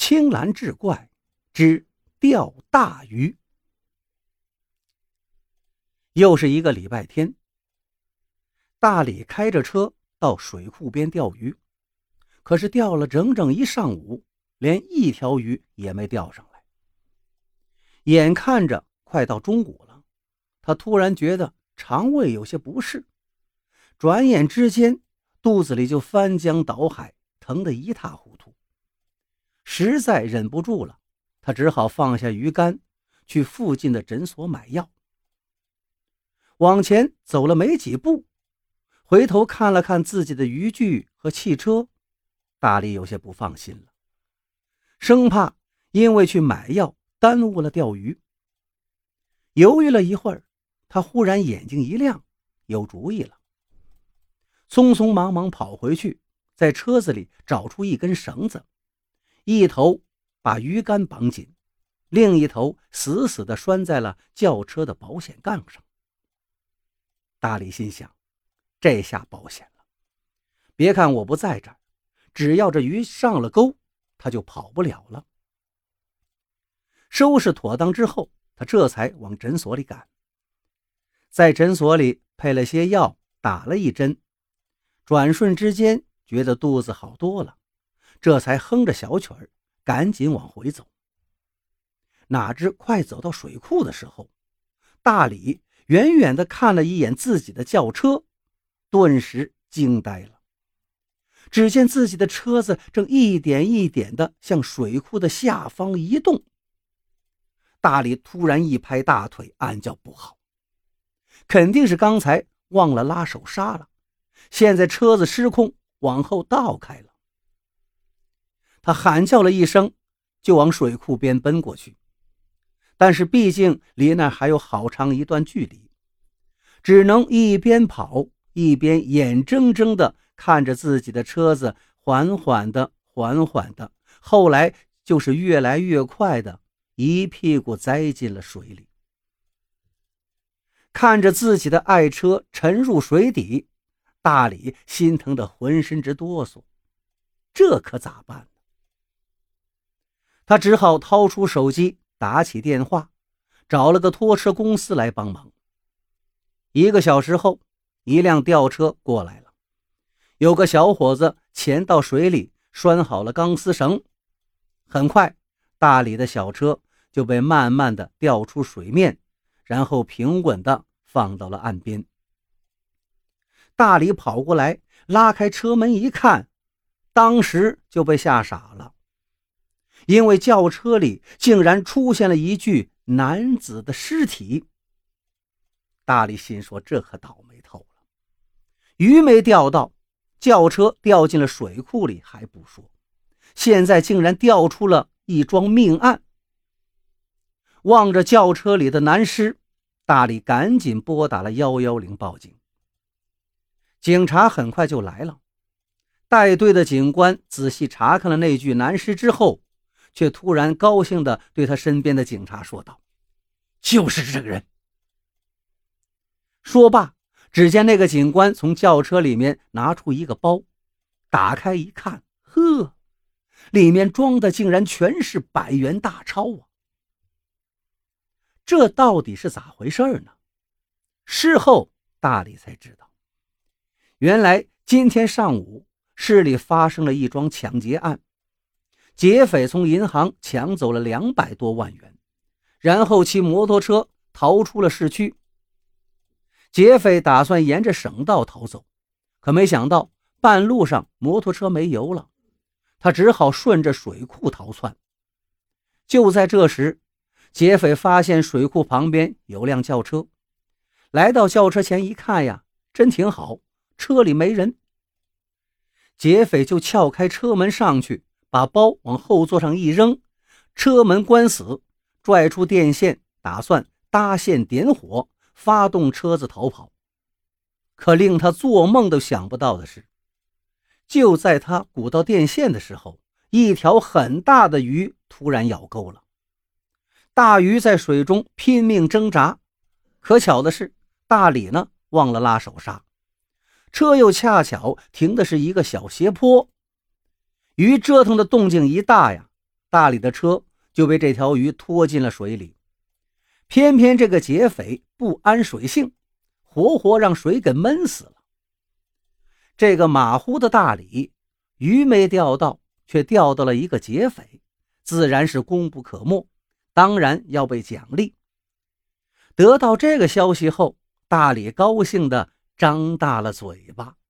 青蓝志怪之钓大鱼。又是一个礼拜天，大李开着车到水库边钓鱼，可是钓了整整一上午，连一条鱼也没钓上来。眼看着快到中午了，他突然觉得肠胃有些不适，转眼之间肚子里就翻江倒海，疼得一塌糊涂。实在忍不住了，他只好放下鱼竿，去附近的诊所买药。往前走了没几步，回头看了看自己的渔具和汽车，大力有些不放心了，生怕因为去买药耽误了钓鱼。犹豫了一会儿，他忽然眼睛一亮，有主意了。匆匆忙忙跑回去，在车子里找出一根绳子，一头把鱼竿绑紧，另一头死死地拴在了轿车的保险杠上。大力心想，这下保险了，别看我不在这儿，只要这鱼上了钩，他就跑不了了。收拾妥当之后，他这才往诊所里赶。在诊所里配了些药，打了一针，转瞬之间觉得肚子好多了，这才哼着小曲儿赶紧往回走。哪知快走到水库的时候，大李远远地看了一眼自己的轿车，顿时惊呆了。只见自己的车子正一点一点地向水库的下方移动。大李突然一拍大腿，暗叫不好，肯定是刚才忘了拉手刹了，现在车子失控往后倒开了。他喊叫了一声，就往水库边奔过去，但是毕竟离那还有好长一段距离，只能一边跑一边眼睁睁地看着自己的车子缓缓的，后来就是越来越快的一屁股栽进了水里。看着自己的爱车沉入水底，大李心疼得浑身直哆嗦，这可咋办呢？他只好掏出手机打起电话，找了个拖车公司来帮忙。1个小时后，一辆吊车过来了，有个小伙子潜到水里拴好了钢丝绳，很快大李的小车就被慢慢的吊出水面，然后平稳的放到了岸边。大李跑过来拉开车门一看，当时就被吓傻了，因为轿车里竟然出现了一具男子的尸体。大李心说，这可倒霉透了，鱼没钓到，轿车掉进了水库里还不说，现在竟然调出了一桩命案。望着轿车里的男尸，大李赶紧拨打了110报警。警察很快就来了，带队的警官仔细查看了那具男尸之后，却突然高兴地对他身边的警察说道，就是这个人。说罢，只见那个警官从轿车里面拿出一个包，打开一看，呵，里面装的竟然全是100元大钞啊！这到底是咋回事呢？事后大李才知道，原来今天上午市里发生了一桩抢劫案，劫匪从银行抢走了200多万元，然后骑摩托车逃出了市区。劫匪打算沿着省道逃走，可没想到半路上摩托车没油了，他只好顺着水库逃窜。就在这时，劫匪发现水库旁边有辆轿车，来到轿车前一看呀，真挺好，车里没人。劫匪就撬开车门上去，把包往后座上一扔，车门关死，拽出电线，打算搭线点火，发动车子逃跑。可令他做梦都想不到的是，就在他鼓到电线的时候，一条很大的鱼突然咬钩了。大鱼在水中拼命挣扎，可巧的是大李呢忘了拉手刹，车又恰巧停的是一个小斜坡，鱼折腾的动静一大呀， 大李的车就被这条鱼拖进了水里。偏偏这个劫匪不安水性，活活让水给闷死了。这个马虎的大李，鱼没钓到，却钓到了一个劫匪，自然是功不可没，当然要被奖励。得到这个消息后，大李高兴地张大了嘴巴。